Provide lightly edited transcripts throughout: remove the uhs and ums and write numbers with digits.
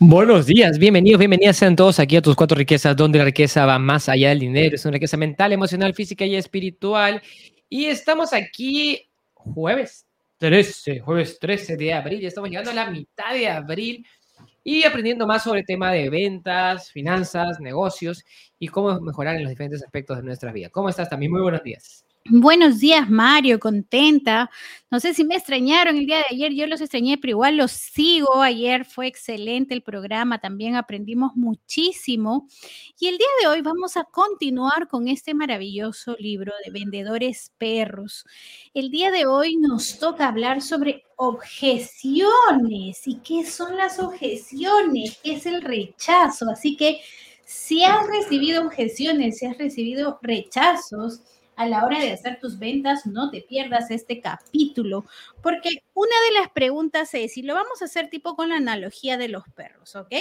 Buenos días, bienvenidos, bienvenidas sean todos aquí a Tus Cuatro Riquezas, donde la riqueza va más allá del dinero, es una riqueza mental, emocional, física y espiritual. Y estamos aquí jueves 13 de abril, ya estamos llegando a la mitad de abril y aprendiendo más sobre el tema de ventas, finanzas, negocios y cómo mejorar en los diferentes aspectos de nuestra vida. ¿Cómo estás también? Muy buenos días. Buenos días, Mario, contenta. No sé si me extrañaron el día de ayer, yo los extrañé, pero igual los sigo. Ayer fue excelente el programa, también aprendimos muchísimo. Y el día de hoy vamos a continuar con este maravilloso libro de Vendedores Perros. El día de hoy nos toca hablar sobre objeciones. ¿Y qué son las objeciones? ¿Qué es el rechazo? Así que si has recibido objeciones, si has recibido rechazos, a la hora de hacer tus ventas, no te pierdas este capítulo, porque una de las preguntas es, y lo vamos a hacer tipo con la analogía de los perros, ¿ok?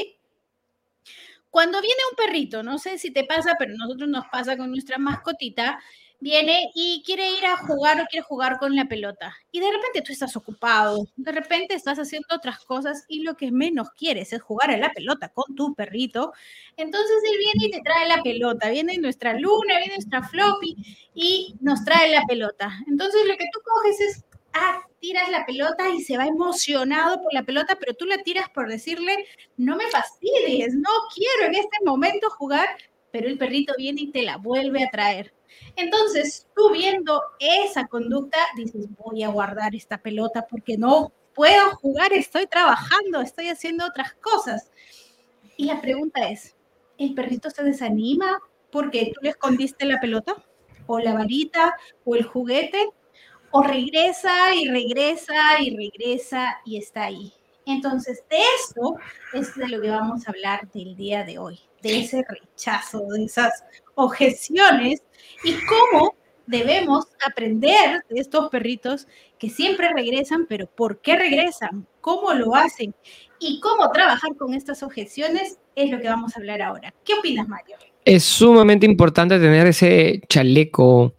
Cuando viene un perrito, no sé si te pasa, pero a nosotros nos pasa con nuestra mascotita, viene y quiere ir a jugar o quiere jugar con la pelota. Y de repente tú estás ocupado, de repente estás haciendo otras cosas y lo que menos quieres es jugar a la pelota con tu perrito. Entonces él viene y te trae la pelota, viene nuestra Luna, viene nuestra Floppy y nos trae la pelota. Entonces lo que tú coges es tiras la pelota y se va emocionado por la pelota, pero tú la tiras por decirle, no me fastidies, no quiero en este momento jugar, pero el perrito viene y te la vuelve a traer. Entonces, tú viendo esa conducta, dices, voy a guardar esta pelota porque no puedo jugar, estoy trabajando, estoy haciendo otras cosas. Y la pregunta es, ¿el perrito se desanima porque tú le escondiste la pelota? ¿O la varita? ¿O el juguete? ¿O regresa y regresa y regresa y está ahí? Entonces, de esto es de lo que vamos a hablar del día de hoy, de ese rechazo, de esas objeciones y cómo debemos aprender de estos perritos que siempre regresan, pero ¿por qué regresan? ¿Cómo lo hacen? Y cómo trabajar con estas objeciones es lo que vamos a hablar ahora. ¿Qué opinas, Mario? Es sumamente importante tener ese chaleco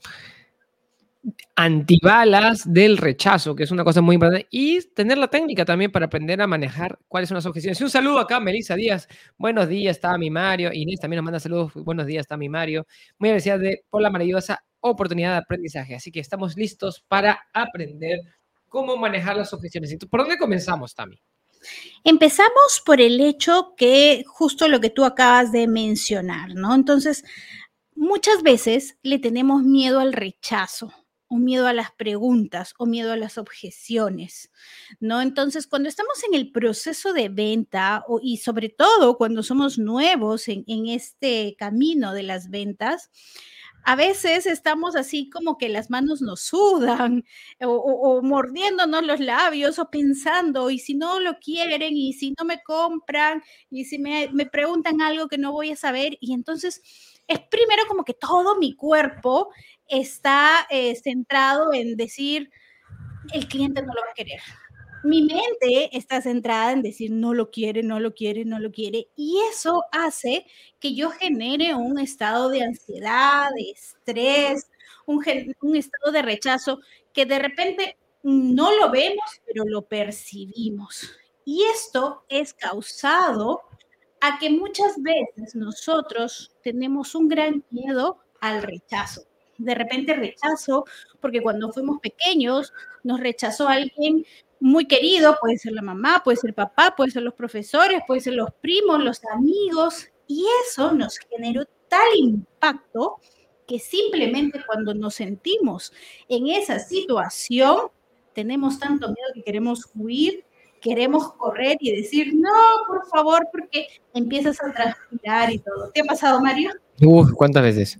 antibalas del rechazo, que es una cosa muy importante, y tener la técnica también para aprender a manejar cuáles son las objeciones. Y un saludo acá, Melissa Díaz. Buenos días, está mi Mario. Inés también nos manda saludos. Buenos días, está mi Mario. Muy agradecida por la maravillosa oportunidad de aprendizaje. Así que estamos listos para aprender cómo manejar las objeciones. ¿Por dónde comenzamos, Tami? Empezamos por el hecho que justo lo que tú acabas de mencionar, ¿no? Entonces, muchas veces le tenemos miedo al rechazo, o miedo a las preguntas, o miedo a las objeciones, ¿no? Entonces, cuando estamos en el proceso de venta, y sobre todo cuando somos nuevos en este camino de las ventas, a veces estamos así como que las manos nos sudan o mordiéndonos los labios o pensando, y si no lo quieren, y si no me compran, y si me preguntan algo que no voy a saber, y entonces es primero como que todo mi cuerpo está centrado en decir, el cliente no lo va a querer. Mi mente está centrada en decir, no lo quiere, no lo quiere, no lo quiere. Y eso hace que yo genere un estado de ansiedad, de estrés, un estado de rechazo que de repente no lo vemos, pero lo percibimos. Y esto es causado a que muchas veces nosotros tenemos un gran miedo al rechazo. De repente rechazo, porque cuando fuimos pequeños nos rechazó alguien muy querido, puede ser la mamá, puede ser el papá, puede ser los profesores, puede ser los primos, los amigos, y eso nos generó tal impacto que simplemente cuando nos sentimos en esa situación, tenemos tanto miedo que queremos huir, queremos correr y decir, no, por favor, porque empiezas a transpirar y todo. ¿Te ha pasado, Mario? ¿Cuántas veces?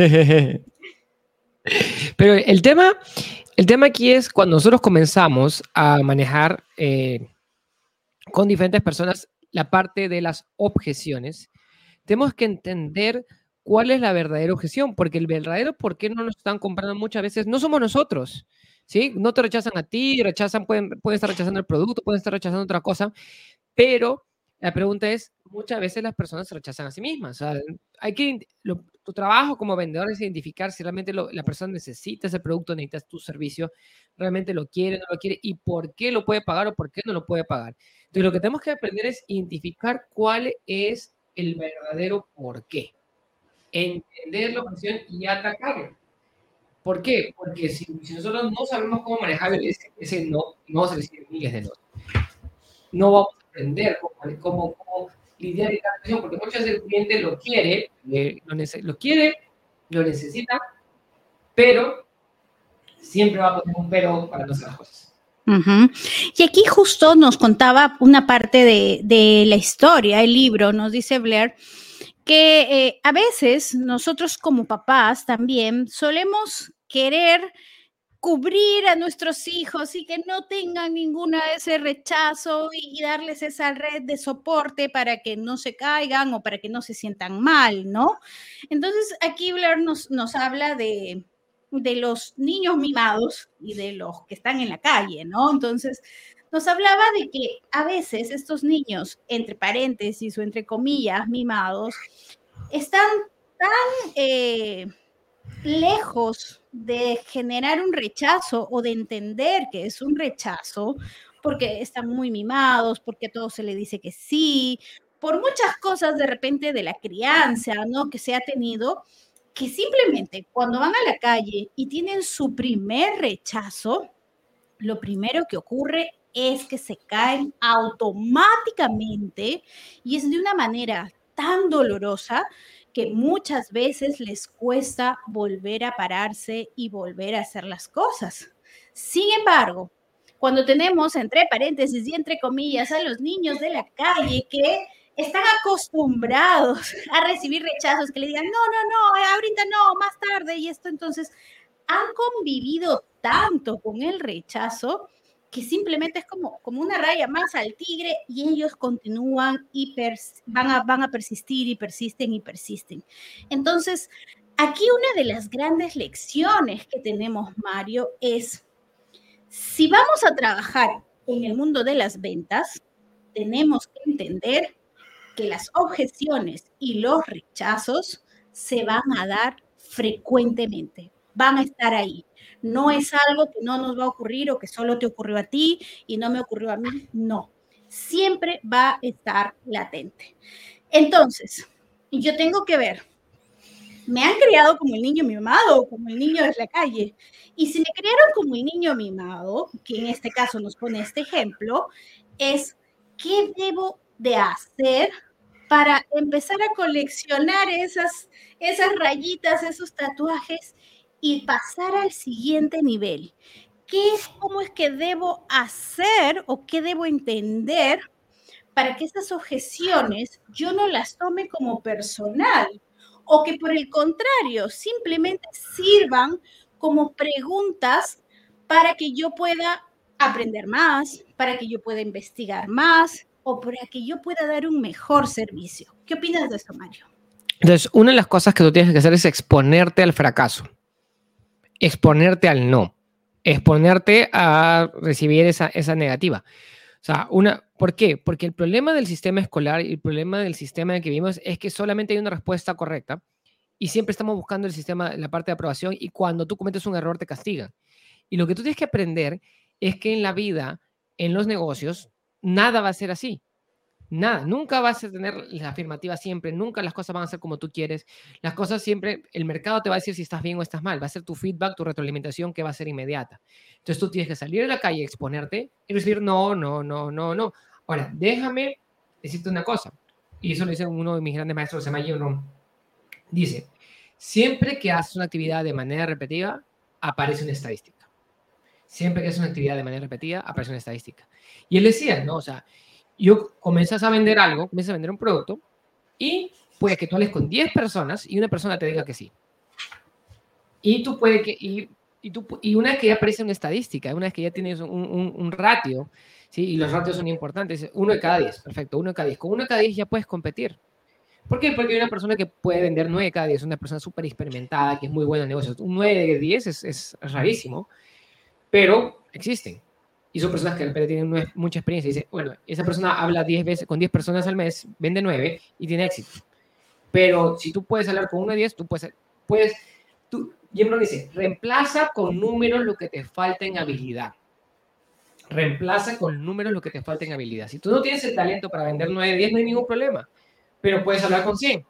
Pero el tema aquí es cuando nosotros comenzamos a manejar con diferentes personas la parte de las objeciones, tenemos que entender cuál es la verdadera objeción, porque el verdadero por qué no nos están comprando muchas veces no somos nosotros, ¿sí? No te rechazan a ti, pueden estar rechazando el producto, pueden estar rechazando otra cosa, pero la pregunta es, muchas veces las personas se rechazan a sí mismas. O sea, tu trabajo como vendedor es identificar si realmente la persona necesita ese producto, necesita tu servicio, realmente lo quiere, no lo quiere, y por qué lo puede pagar o por qué no lo puede pagar. Entonces, lo que tenemos que aprender es identificar cuál es el verdadero por qué. Entender la objeción y atacarla. ¿Por qué? Porque si nosotros no sabemos cómo manejar ese no, vamos a recibir miles de no. No vamos a aprender cómo lidiar con la objeción, porque muchas veces el cliente lo quiere, lo necesita, pero siempre va a poner un pero para no hacer las cosas. Uh-huh. Y aquí justo nos contaba una parte de la historia, el libro, nos dice Blair, que a veces nosotros como papás también solemos querer cubrir a nuestros hijos y que no tengan ninguna de ese rechazo y darles esa red de soporte para que no se caigan o para que no se sientan mal, ¿no? Entonces aquí Blair nos habla de los niños mimados y de los que están en la calle, ¿no? Entonces nos hablaba de que a veces estos niños, entre paréntesis o entre comillas, mimados, están tan lejos de generar un rechazo o de entender que es un rechazo, porque están muy mimados, porque a todo se le dice que sí, por muchas cosas de repente de la crianza, ¿no? Que se ha tenido, que simplemente cuando van a la calle y tienen su primer rechazo, lo primero que ocurre es que se caen automáticamente y es de una manera tan dolorosa que muchas veces les cuesta volver a pararse y volver a hacer las cosas. Sin embargo, cuando tenemos entre paréntesis y entre comillas a los niños de la calle que están acostumbrados a recibir rechazos, que le digan, no, ahorita no, más tarde y esto, entonces han convivido tanto con el rechazo que simplemente es como una raya más al tigre y ellos continúan y van a persistir y persisten y persisten. Entonces, aquí una de las grandes lecciones que tenemos, Mario, es si vamos a trabajar en el mundo de las ventas, tenemos que entender que las objeciones y los rechazos se van a dar frecuentemente, van a estar ahí. No es algo que no nos va a ocurrir o que solo te ocurrió a ti y no me ocurrió a mí, no. Siempre va a estar latente. Entonces, yo tengo que ver, me han criado como el niño mimado o como el niño de la calle. Y si me criaron como el niño mimado, que en este caso nos pone este ejemplo, es ¿qué debo de hacer para empezar a coleccionar esas rayitas, esos tatuajes y pasar al siguiente nivel? ¿Cómo es que debo hacer o qué debo entender para que esas objeciones yo no las tome como personal o que por el contrario simplemente sirvan como preguntas para que yo pueda aprender más, para que yo pueda investigar más o para que yo pueda dar un mejor servicio? ¿Qué opinas de esto, Mario? Entonces, una de las cosas que tú tienes que hacer es exponerte al fracaso, exponerte al no, exponerte a recibir esa negativa. O sea, ¿por qué? Porque el problema del sistema escolar y el problema del sistema en el que vivimos es que solamente hay una respuesta correcta y siempre estamos buscando el sistema, la parte de aprobación, y cuando tú cometes un error te castigan. Y lo que tú tienes que aprender es que en la vida, en los negocios, nada va a ser así. Nada, nunca vas a tener la afirmativa siempre, nunca las cosas van a ser como tú quieres. Las cosas siempre, el mercado te va a decir si estás bien o estás mal, va a ser tu feedback, tu retroalimentación que va a ser inmediata. Entonces tú tienes que salir de la calle, exponerte y decir no. Ahora, déjame decirte una cosa, y eso lo dice uno de mis grandes maestros, se llama Jim Rohn. Dice, siempre que haces una actividad de manera repetida, aparece una estadística. Siempre que haces una actividad de manera repetida, aparece una estadística. Y él decía, ¿no? O sea, comienzas a vender algo, comienzas a vender un producto y puede que tú hables con 10 personas y una persona te diga que sí. Y tú puede que, y una vez que ya aparece una estadística, una vez que ya tienes un ratio, ¿sí? Y los ratios son importantes, 1 de cada 10, perfecto, 1 de cada 10. Con 1 de cada 10 ya puedes competir. ¿Por qué? Porque hay una persona que puede vender 9 de cada 10, una persona súper experimentada, que es muy buena en negocios. Un 9 de 10 es rarísimo, pero existen. Y son personas que de repente tienen mucha experiencia. Y dice, bueno, esa persona habla 10 veces con 10 personas al mes, vende 9 y tiene éxito. Pero si tú puedes hablar con 1 de 10, tú Jim Rohn dice, reemplaza con números lo que te falta en habilidad. reemplaza con números lo que te falta en habilidad. Si tú no tienes el talento para vender 9 de 10, no hay ningún problema, pero puedes hablar con 100.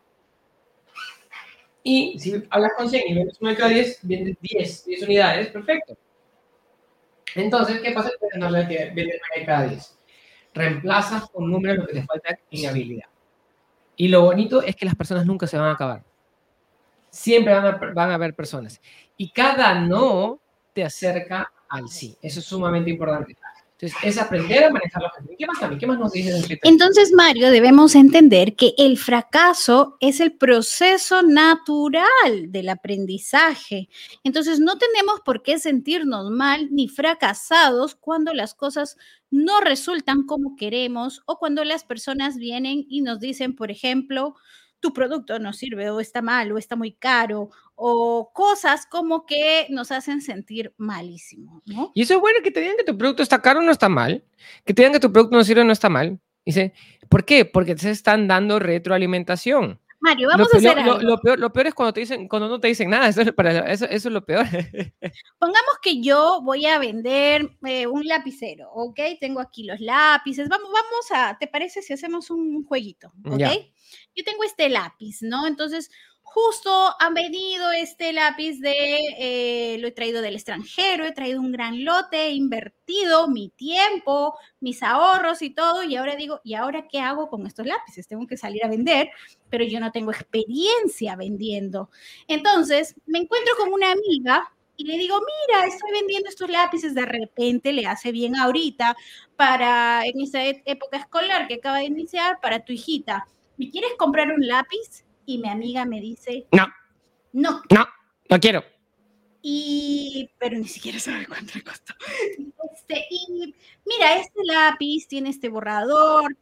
Y si hablas con 100 y vendes 9 cada 10, vendes 10 unidades, perfecto. Entonces, ¿qué pasa? Puedes no que vendes 9 cada 10. Reemplazas con números lo que te falta en habilidad. Y lo bonito es que las personas nunca se van a acabar. Siempre van a haber personas. Y cada no te acerca al sí. Eso es sumamente importante. Entonces, es aprender a manejar la gente. ¿Qué más, Tami? ¿Qué más nos dices? Entonces, Mario, debemos entender que el fracaso es el proceso natural del aprendizaje. Entonces, no tenemos por qué sentirnos mal ni fracasados cuando las cosas no resultan como queremos o cuando las personas vienen y nos dicen, por ejemplo, tu producto no sirve o está mal o está muy caro o cosas como que nos hacen sentir malísimo, ¿no? Y eso es bueno, que te digan que tu producto está caro, no está mal. Que te digan que tu producto no sirve, no está mal. Dice, ¿por qué? Porque te están dando retroalimentación. Mario, vamos a hacer algo. Lo peor es cuando no te dicen nada. Eso es lo peor. Pongamos que yo voy a vender un lapicero, ¿ok? Tengo aquí los lápices. Vamos ¿te parece si hacemos un jueguito? ¿Ok? Ya. Yo tengo este lápiz, ¿no? Entonces, justo han venido este lápiz lo he traído del extranjero, he traído un gran lote, he invertido mi tiempo, mis ahorros y todo, y ahora digo, ¿y ahora qué hago con estos lápices? Tengo que salir a vender, pero yo no tengo experiencia vendiendo. Entonces, me encuentro con una amiga y le digo, mira, estoy vendiendo estos lápices, de repente le hace bien ahorita en esa época escolar que acaba de iniciar, para tu hijita. ¿Me quieres comprar un lápiz? Y mi amiga me dice, no quiero. Pero ni siquiera sabe cuánto le costó. Y mira, este lápiz tiene este borrador,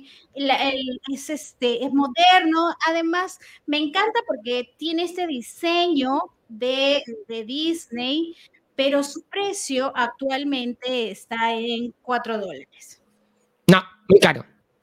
es moderno, además me encanta porque tiene este diseño de Disney, pero su precio actualmente está en $4. No, muy caro.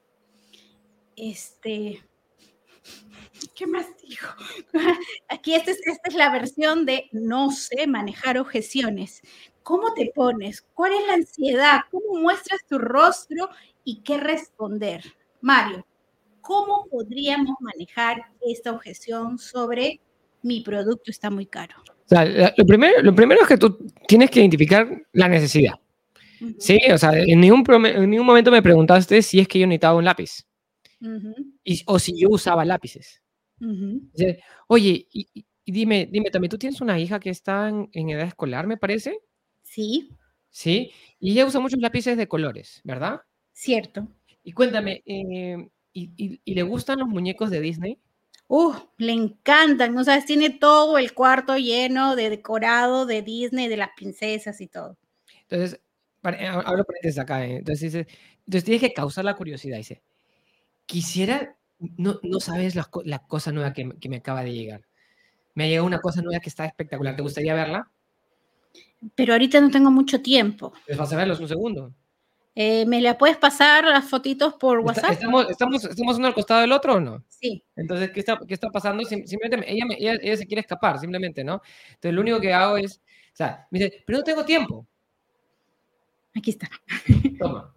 ¿Qué más dijo? Aquí esta es la versión de no sé manejar objeciones. ¿Cómo te pones? ¿Cuál es la ansiedad? ¿Cómo muestras tu rostro y qué responder? Mario, ¿cómo podríamos manejar esta objeción sobre mi producto está muy caro? O sea, lo primero es que tú tienes que identificar la necesidad. Uh-huh. Sí, o sea, en ningún momento me preguntaste si es que yo necesitaba un lápiz. Uh-huh. O si yo usaba lápices. Uh-huh. Oye, y dime también, ¿tú tienes una hija que está en edad escolar, me parece? Sí. Sí, y ella usa muchos lápices de colores, ¿verdad? Cierto. Y cuéntame, ¿y le gustan los muñecos de Disney? Le encantan, ¿no sabes? Tiene todo el cuarto lleno de decorado de Disney, de las princesas y todo. Entonces, hablo desde acá, entonces tienes que causar la curiosidad. Dice, quisiera, no sabes la cosa nueva que me acaba de llegar. Me ha llegado una cosa nueva que está espectacular. ¿Te gustaría verla? Pero ahorita no tengo mucho tiempo. Pues vas a verlos un segundo. ¿Me la puedes pasar las fotitos por WhatsApp? ¿Estamos uno al costado del otro o no? Sí. Entonces, ¿qué está pasando? Simplemente ella se quiere escapar, simplemente, ¿no? Entonces, lo único que hago es, o sea, me dice, pero no tengo tiempo. Aquí está. Toma.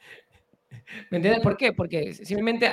¿Me entiendes por qué? Porque simplemente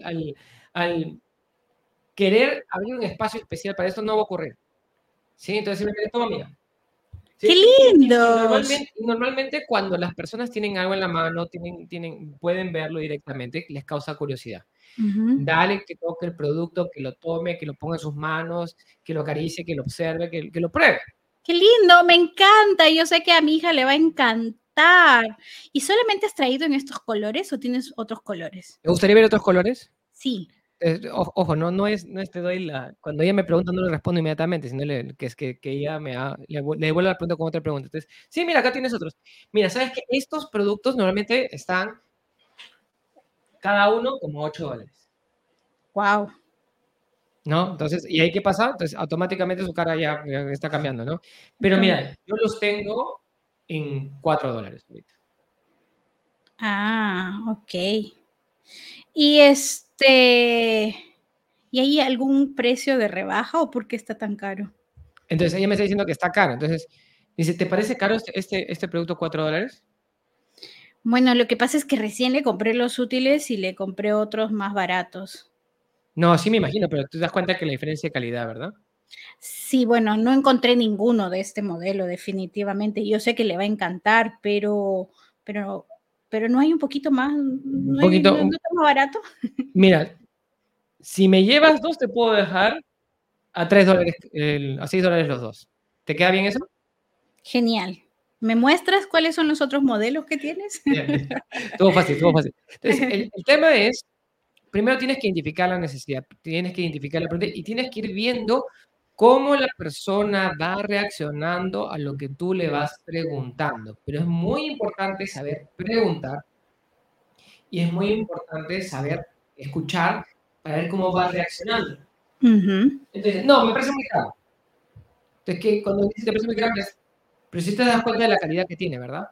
al querer abrir un espacio especial para esto no va a ocurrir. ¿Sí? Entonces, simplemente, toma, mira. ¿Sí? ¡Qué lindo! Normalmente cuando las personas tienen algo en la mano, pueden verlo directamente, les causa curiosidad. Uh-huh. Dale que toque el producto, que lo tome, que lo ponga en sus manos, que lo acaricie, que lo observe, que lo pruebe. ¡Qué lindo! Me encanta. Yo sé que a mi hija le va a encantar. ¿Y solamente has traído en estos colores o tienes otros colores? ¿Te gustaría ver otros colores? Sí. Ojo, no es te doy cuando ella me pregunta no le respondo inmediatamente, sino que ella le devuelve la pregunta con otra pregunta. Entonces, sí, mira, acá tienes otros. Mira, ¿sabes qué? Estos productos normalmente están cada uno como $8. Wow. ¿No? Entonces, ¿y ahí qué pasa? Entonces, automáticamente su cara ya está cambiando, ¿no? Pero mira, yo los tengo en $4 ahorita. Ah, ok. ¿Y ¿y hay algún precio de rebaja o por qué está tan caro? Entonces ella me está diciendo que está caro. Entonces dice, ¿te parece caro este producto $4? Bueno, lo que pasa es que recién le compré los útiles y le compré otros más baratos. No, sí me imagino, pero tú te das cuenta que la diferencia de calidad, ¿verdad? Sí, bueno, no encontré ninguno de este modelo, definitivamente. Yo sé que le va a encantar, pero, pero no hay un poquito más, Un no hay, poquito, no está más barato. mira, si me llevas dos, te puedo dejar a $3, a $6 los dos. ¿Te queda bien eso? Genial. ¿Me muestras cuáles son los otros modelos que tienes? Bien. Todo fácil, todo fácil. Entonces, el tema es, primero tienes que identificar la necesidad, tienes que identificar la pregunta y tienes que ir viendo cómo la persona va reaccionando a lo que tú le vas preguntando. Pero es muy importante saber preguntar y es muy importante saber escuchar para ver cómo va reaccionando. Entonces, no, me parece muy caro. Entonces, que cuando dices te parece muy caro, pero si te das cuenta de la calidad que tiene, ¿verdad?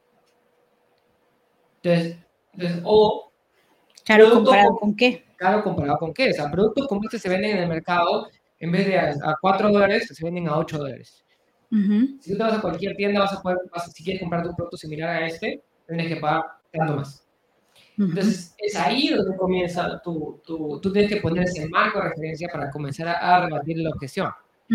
Entonces o Claro, ¿comparado con qué? Caro comparado con qué. O sea, productos como este se venden en el mercado, en vez de a $4, se venden a $8. Si tú te vas a cualquier tienda, si quieres comprar un producto similar a este, tienes que pagar tanto más. Entonces, es ahí donde comienza tú tienes que poner ese marco de referencia para comenzar a rebatir la objeción.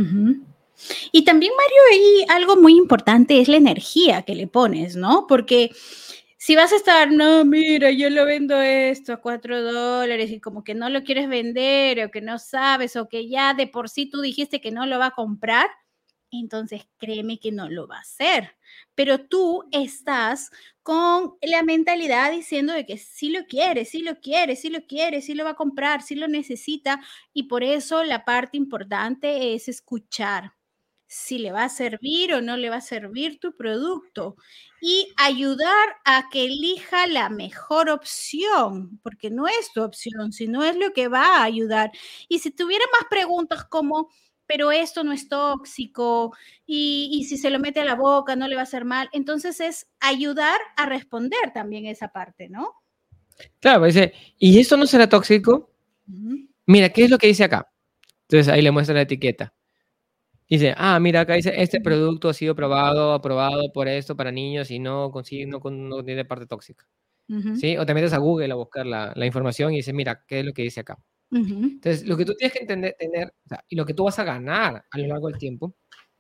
Y también, Mario, ahí algo muy importante es la energía que le pones, ¿no? Porque si vas a estar, no, mira, yo lo vendo esto a $4 y como que no lo quieres vender o que no sabes o que ya de por sí tú dijiste que no lo va a comprar, entonces créeme que no lo va a hacer. Pero tú estás con la mentalidad diciendo de que sí lo quiere, sí lo quiere, sí lo quiere, sí lo va a comprar, sí lo necesita. Y por eso la parte importante es escuchar si le va a servir o no le va a servir tu producto y ayudar a que elija la mejor opción, porque no es tu opción, sino es lo que va a ayudar. Y si tuviera más preguntas como, pero esto no es tóxico y si se lo mete a la boca no le va a hacer mal, entonces es ayudar a responder también esa parte, ¿no? Claro, dice, ¿y esto no será tóxico? Mira, ¿qué es lo que dice acá? Entonces ahí le muestra la etiqueta. Dice, mira, acá dice, este producto ha sido aprobado por esto para niños y no tiene parte tóxica. ¿Sí? O te metes a Google a buscar la información y dices, mira, ¿qué es lo que dice acá? Entonces, lo que tú tienes que tener, o sea, y lo que tú vas a ganar a lo largo del tiempo,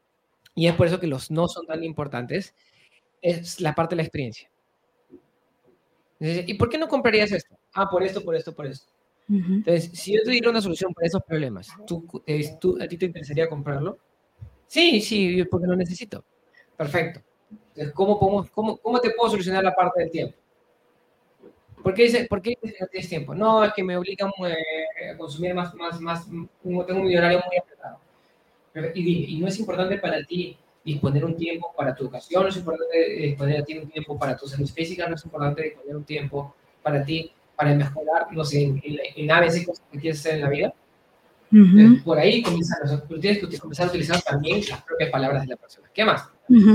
y es por eso que los no son tan importantes, es la parte de la experiencia. Entonces, ¿y por qué no comprarías esto? Por esto, por esto, por esto. Entonces, si yo te diera una solución para esos problemas, ¿a ti te interesaría comprarlo? Sí, porque lo necesito. Perfecto. Entonces, ¿cómo te puedo solucionar la parte del tiempo? ¿Por qué dices que no tienes tiempo? No, es que me obligan a consumir más, tengo mi horario muy apretado. Y no es importante para ti disponer un tiempo para tu educación, no es importante disponer a ti un tiempo para tu salud física, no es importante disponer un tiempo para ti, para mejorar, no sé, en ABC cosas que quieres hacer en la vida. Por ahí tú tienes que comenzar a utilizar también las propias palabras de la persona. ¿Qué más?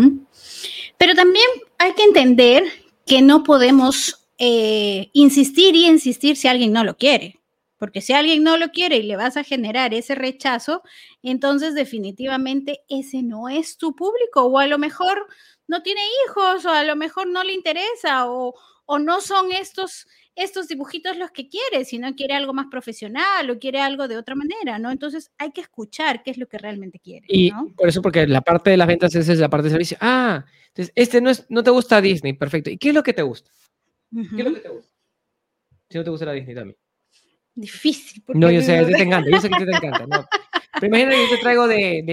Pero también hay que entender que no podemos insistir y insistir si alguien no lo quiere. Porque si alguien no lo quiere y le vas a generar ese rechazo, entonces definitivamente ese no es tu público. O a lo mejor no tiene hijos, o a lo mejor no le interesa, o no son estos dibujitos los que quiere, sino quiere algo más profesional o quiere algo de otra manera, ¿no? Entonces hay que escuchar qué es lo que realmente quiere, Y ¿no? por eso, porque la parte de las ventas es la parte de servicio. Entonces no te gusta Disney, perfecto. ¿Y qué es lo que te gusta? ¿Qué es lo que te gusta? Si no te gusta la Disney también. Difícil. No, yo sé, te encanta, yo sé que te encanta. No. Pero imagínate que yo te traigo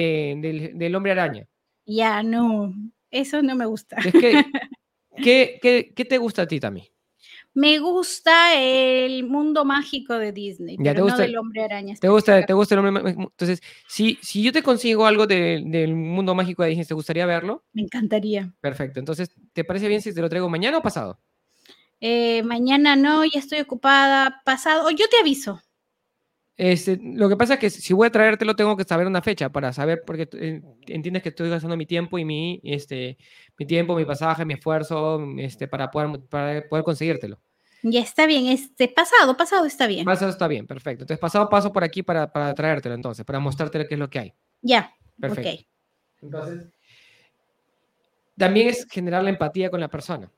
del Hombre Araña. Ya, no, eso no me gusta. ¿Qué te gusta a ti también? Me gusta el mundo mágico de Disney, Ya, pero no del Hombre Araña. ¿Te gusta el Hombre Mágico? Entonces, si yo te consigo algo del mundo mágico de Disney, ¿te gustaría verlo? Me encantaría. Perfecto. Entonces, ¿te parece bien si te lo traigo mañana o pasado? Mañana no, ya estoy ocupada. Pasado, yo te aviso. Lo que pasa es que si voy a traértelo, tengo que saber una fecha para saber, porque entiendes que estoy gastando mi tiempo y mi tiempo, mi pasaje, mi esfuerzo, para poder conseguírtelo. Ya está bien, pasado está bien. Pasado está bien, perfecto. Entonces, pasado paso por aquí para traértelo, entonces, para mostrarte qué es lo que hay. Ya, perfecto. Ok. Entonces, también es generar la empatía con la persona.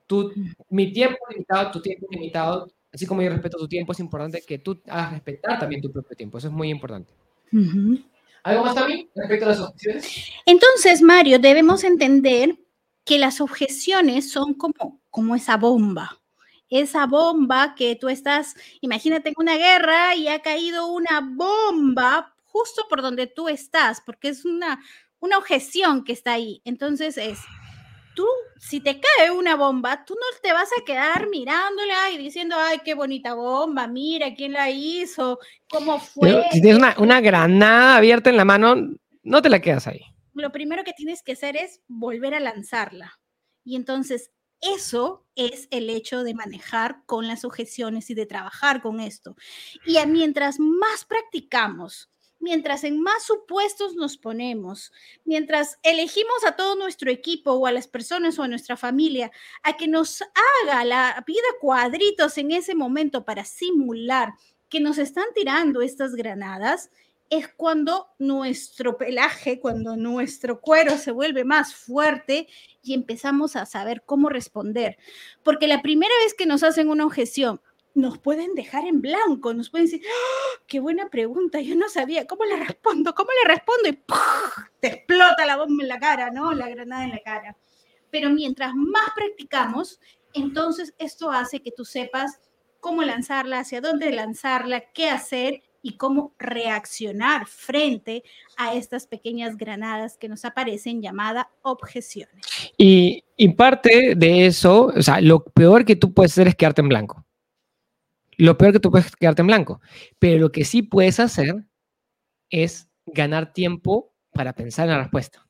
Mi tiempo es limitado, tu tiempo es limitado, así como yo respeto tu tiempo, es importante que tú hagas respetar también tu propio tiempo. Eso es muy importante. ¿Algo más también respecto a las objeciones? Entonces, Mario, debemos entender que las objeciones son como esa bomba. Esa bomba que tú estás, imagínate en una guerra y ha caído una bomba justo por donde tú estás, porque es una objeción que está ahí. Entonces tú, si te cae una bomba, tú no te vas a quedar mirándola y diciendo, ay, qué bonita bomba, mira quién la hizo, cómo fue. Si tienes una granada abierta en la mano, no te la quedas ahí. Lo primero que tienes que hacer es volver a lanzarla. Y entonces eso es el hecho de manejar con las objeciones y de trabajar con esto. Y mientras más practicamos, mientras en más supuestos nos ponemos, mientras elegimos a todo nuestro equipo o a las personas o a nuestra familia a que nos haga la vida cuadritos en ese momento para simular que nos están tirando estas granadas, es cuando nuestro pelaje, cuando nuestro cuero se vuelve más fuerte y empezamos a saber cómo responder. Porque la primera vez que nos hacen una objeción, nos pueden dejar en blanco, nos pueden decir, ¡oh, qué buena pregunta! Yo no sabía, ¿cómo le respondo? ¿Cómo le respondo? Y ¡pum! Te explota la bomba en la cara, ¿no? La granada en la cara. Pero mientras más practicamos, entonces esto hace que tú sepas cómo lanzarla, hacia dónde lanzarla, qué hacer y cómo reaccionar frente a estas pequeñas granadas que nos aparecen llamadas objeciones. Y parte de eso, o sea, lo peor que tú puedes hacer es quedarte en blanco. Lo peor que tú puedes quedarte en blanco. Pero lo que sí puedes hacer es ganar tiempo para pensar en la respuesta.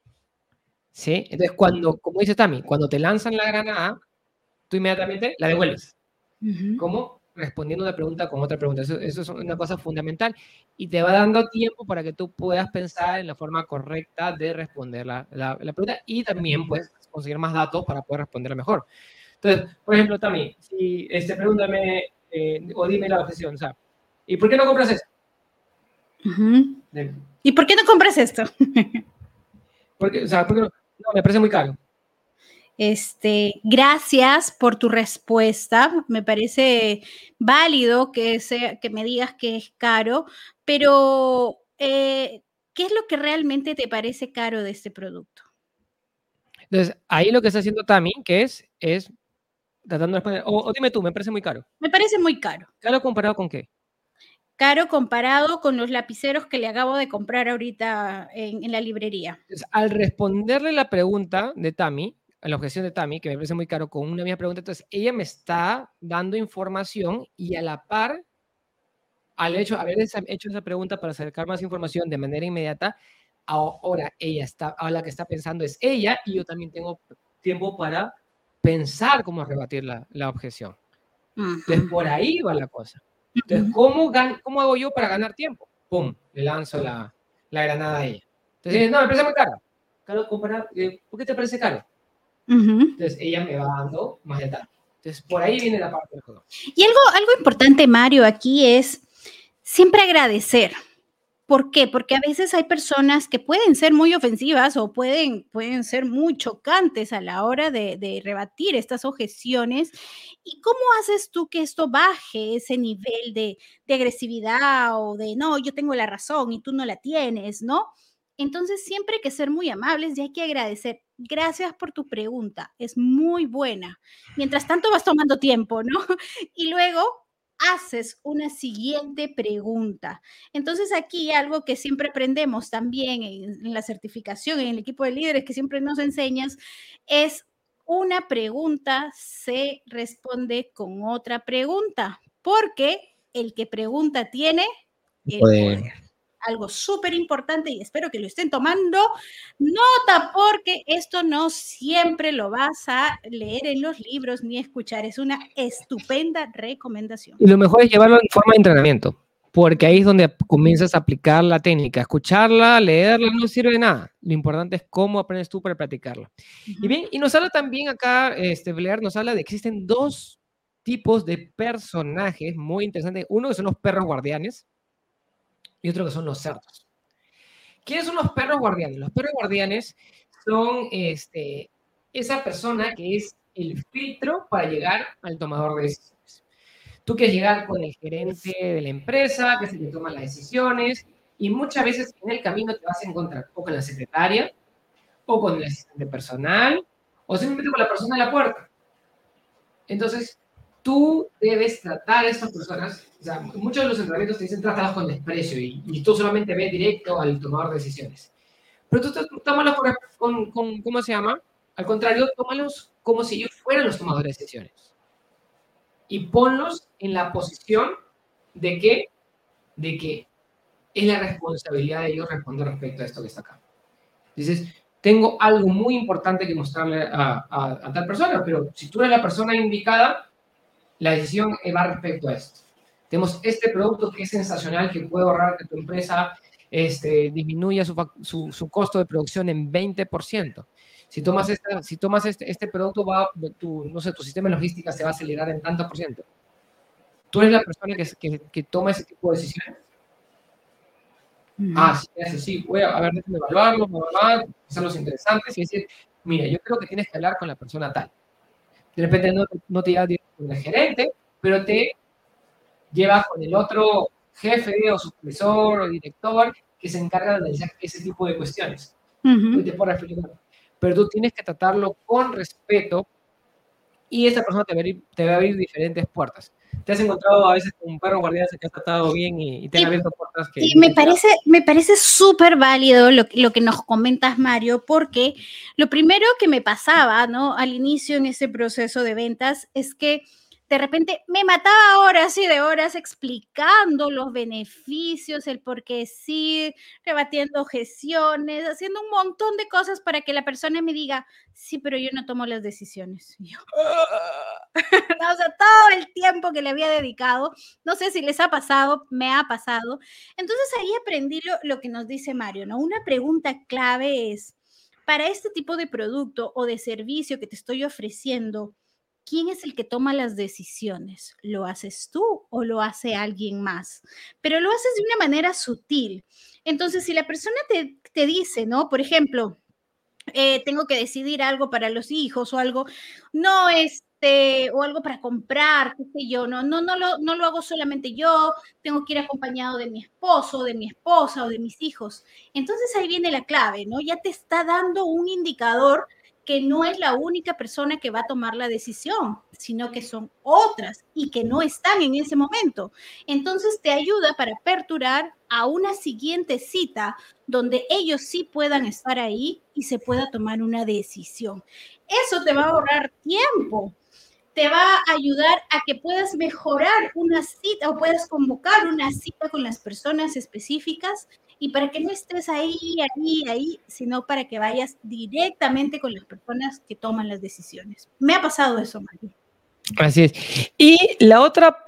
¿Sí? Entonces, como dice Tami, cuando te lanzan la granada, tú inmediatamente la devuelves. ¿Cómo? Respondiendo una pregunta con otra pregunta. Eso es una cosa fundamental y te va dando tiempo para que tú puedas pensar en la forma correcta de responder la pregunta y también puedes conseguir más datos para poder responderla mejor. Entonces, por ejemplo, Tami, si pregúntame o dime la objeción, o sea, ¿y por qué no compras esto? ¿Y por qué no compras esto? Porque, o sea, porque no, me parece muy caro. Gracias por tu respuesta. Me parece válido que me digas que es caro, pero ¿qué es lo que realmente te parece caro de este producto? Entonces, ahí lo que está haciendo Tami, que es tratando de responder, o dime tú, me parece muy caro. Me parece muy caro. ¿Caro comparado con qué? Caro comparado con los lapiceros que le acabo de comprar ahorita en la librería. Entonces, al responderle la pregunta de Tami, a la objeción de Tami, que me parece muy caro, con una misma pregunta, entonces ella me está dando información y a la par, al haber hecho esa pregunta para acercar más información de manera inmediata, ahora la que está pensando es ella y yo también tengo tiempo para pensar cómo rebatir la objeción. Entonces, por ahí va la cosa. Entonces, ¿cómo hago yo para ganar tiempo? ¡Pum! Le lanzo la granada a ella. Entonces, no, me parece muy caro. Caro comparado, ¿por qué te parece caro? Entonces, ella me va dando más detalles. Entonces, por ahí viene la parte del juego. Y algo importante, Mario, aquí es siempre agradecer. ¿Por qué? Porque a veces hay personas que pueden ser muy ofensivas o pueden ser muy chocantes a la hora de rebatir estas objeciones. ¿Y cómo haces tú que esto baje ese nivel de agresividad o de, no, yo tengo la razón y tú no la tienes, ¿no? Entonces siempre hay que ser muy amables y hay que agradecer. Gracias por tu pregunta, es muy buena. Mientras tanto vas tomando tiempo, ¿no? Y luego haces una siguiente pregunta. Entonces aquí algo que siempre aprendemos también en la certificación, en el equipo de líderes que siempre nos enseñas, es una pregunta se responde con otra pregunta, porque el que pregunta tiene el poder. Algo súper importante y espero que lo estén tomando nota porque esto no siempre lo vas a leer en los libros ni escuchar. Es una estupenda recomendación. Y lo mejor es llevarlo en forma de entrenamiento, porque ahí es donde comienzas a aplicar la técnica. Escucharla, leerla no sirve de nada. Lo importante es cómo aprendes tú para practicarla. Y bien, y nos habla también acá, Blair nos habla de que existen dos tipos de personajes muy interesantes. Uno que son los perros guardianes y otro que son los cerdos. ¿Quiénes son los perros guardianes? Los perros guardianes son esa persona que es el filtro para llegar al tomador de decisiones. Tú quieres llegar con el gerente de la empresa, que es el que toma las decisiones, y muchas veces en el camino te vas a encontrar o con la secretaria, o con el asistente personal, o simplemente con la persona de la puerta. Entonces, tú debes tratar a estas personas, o sea, muchos de los entrenamientos te dicen tratados con desprecio y tú solamente ves directo al tomador de decisiones. Pero tú tómalos con, ¿cómo se llama? Al contrario, tómalos como si ellos fueran los tomadores de decisiones. Y ponlos en la posición de que es la responsabilidad de ellos responder respecto a esto que está acá. Dices, tengo algo muy importante que mostrarle a tal persona, pero si tú eres la persona indicada, la decisión va respecto a esto. Tenemos este producto que es sensacional, que puede ahorrar que tu empresa disminuya su costo de producción en 20%. Si tomas este producto, no sé, tu sistema de logística se va a acelerar en tanto por ciento. ¿Tú eres la persona que toma ese tipo de decisiones? Sí, voy a ver, déjame evaluarlo, hacerlos interesantes y decir, mira, yo creo que tienes que hablar con la persona tal. De repente no te lleva directo con el gerente, pero te lleva con el otro jefe o supervisor o director que se encarga de analizar ese tipo de cuestiones. Pero tú tienes que tratarlo con respeto y esa persona te va a abrir diferentes puertas. ¿Te has encontrado a veces con un perro guardián que has tratado bien y te han abierto puertas? Sí, me parece súper válido lo que nos comentas, Mario, porque lo primero que me pasaba, ¿no? Al inicio en ese proceso de ventas es que de repente me mataba horas y de horas explicando los beneficios, el por qué sí, rebatiendo objeciones, haciendo un montón de cosas para que la persona me diga, sí, pero yo no tomo las decisiones. Y yo, o sea, todo el tiempo que le había dedicado, no sé si les ha pasado, me ha pasado. Entonces ahí aprendí lo que nos dice Mario, ¿no? Una pregunta clave es, para este tipo de producto o de servicio que te estoy ofreciendo, ¿quién es el que toma las decisiones? ¿Lo haces tú o lo hace alguien más? Pero lo haces de una manera sutil. Entonces, si la persona te dice, ¿no? Por ejemplo, tengo que decidir algo para los hijos o algo, no o algo para comprar, qué sé yo, no lo hago solamente yo, tengo que ir acompañado de mi esposo, de mi esposa o de mis hijos. Entonces ahí viene la clave, ¿no? Ya te está dando un indicador que no es la única persona que va a tomar la decisión, sino que son otras y que no están en ese momento. Entonces te ayuda para aperturar a una siguiente cita donde ellos sí puedan estar ahí y se pueda tomar una decisión. Eso te va a ahorrar tiempo, te va a ayudar a que puedas mejorar una cita o puedas convocar una cita con las personas específicas y para que no estés ahí, sino para que vayas directamente con las personas que toman las decisiones. Me ha pasado eso, Mario. Así es. Y la otra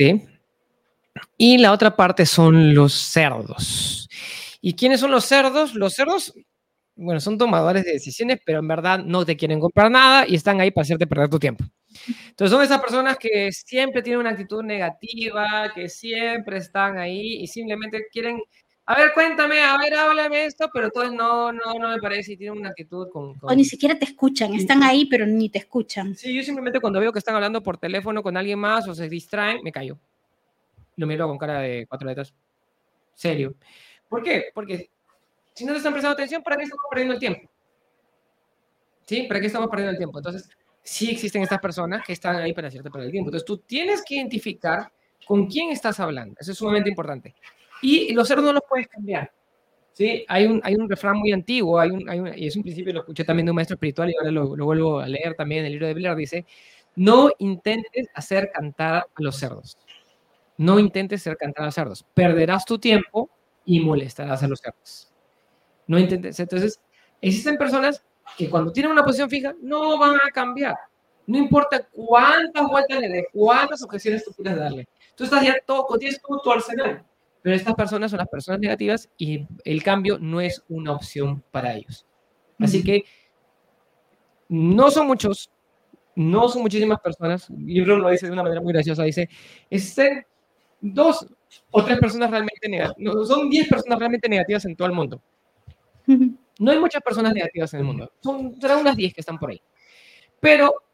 parte son los cerdos. ¿Y quiénes son los cerdos? Los cerdos, bueno, son tomadores de decisiones, pero en verdad no te quieren comprar nada y están ahí para hacerte perder tu tiempo. Entonces son esas personas que siempre tienen una actitud negativa, que siempre están ahí y simplemente quieren, a ver, cuéntame, a ver, háblame esto, pero entonces no me parece y tienen una actitud O ni siquiera te escuchan, están ahí, pero ni te escuchan. Sí, yo simplemente cuando veo que están hablando por teléfono con alguien más o se distraen, me callo. Lo miro con cara de 4 letras. Serio. ¿Por qué? Porque si no te están prestando atención, ¿para qué estamos perdiendo el tiempo? ¿Sí? ¿Para qué estamos perdiendo el tiempo? Entonces, sí existen estas personas que están ahí para hacerte perder el tiempo. Entonces, tú tienes que identificar con quién estás hablando. Eso es sumamente importante. Y los cerdos no los puedes cambiar. ¿Sí? Hay un refrán muy antiguo, y es un principio, lo escuché también de un maestro espiritual y ahora lo vuelvo a leer también en el libro de Blair, dice, no intentes hacer cantar a los cerdos. No intentes hacer cantar a los cerdos. Perderás tu tiempo y molestarás a los cerdos. No intentes. Entonces, existen personas que cuando tienen una posición fija no van a cambiar. No importa cuántas vueltas le des, cuántas objeciones tú quieras darle. Tú estás ya tienes todo tu arsenal. Pero estas personas son las personas negativas y el cambio no es una opción para ellos. Así que no son muchos, no son muchísimas personas. El libro lo dice de una manera muy graciosa. Dice, existen 2 o 3 personas realmente negativas. No, son 10 personas realmente negativas en todo el mundo. No hay muchas personas negativas en el mundo. Serán unas 10 que están por ahí. Pero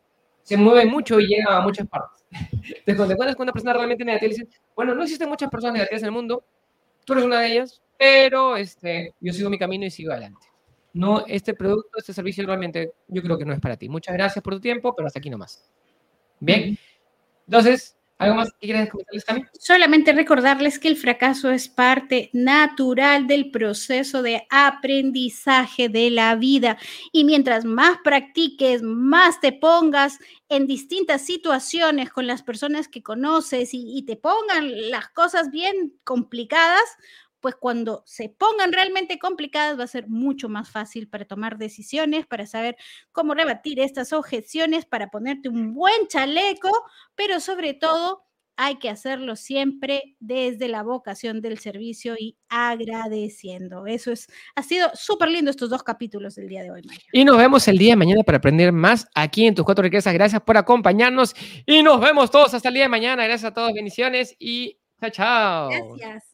se mueve mucho y llega a muchas partes. Entonces, cuando te encuentras con una persona realmente negativa, le dices, bueno, no existen muchas personas negativas en el mundo, tú eres una de ellas, pero yo sigo mi camino y sigo adelante. No, este producto, este servicio realmente yo creo que no es para ti. Muchas gracias por tu tiempo, pero hasta aquí nomás. Bien, entonces, ¿algo más que quieras comentarles, Cami? Solamente recordarles que el fracaso es parte natural del proceso de aprendizaje de la vida. Y mientras más practiques, más te pongas en distintas situaciones con las personas que conoces y te pongan las cosas bien complicadas, pues cuando se pongan realmente complicadas va a ser mucho más fácil para tomar decisiones, para saber cómo rebatir estas objeciones, para ponerte un buen chaleco, pero sobre todo hay que hacerlo siempre desde la vocación del servicio y agradeciendo. Eso ha sido súper lindo estos 2 capítulos del día de hoy, Mario. Y nos vemos el día de mañana para aprender más aquí en Tus 4 Riquezas. Gracias por acompañarnos y nos vemos todos hasta el día de mañana. Gracias a todos, bendiciones y chao, chao. Gracias.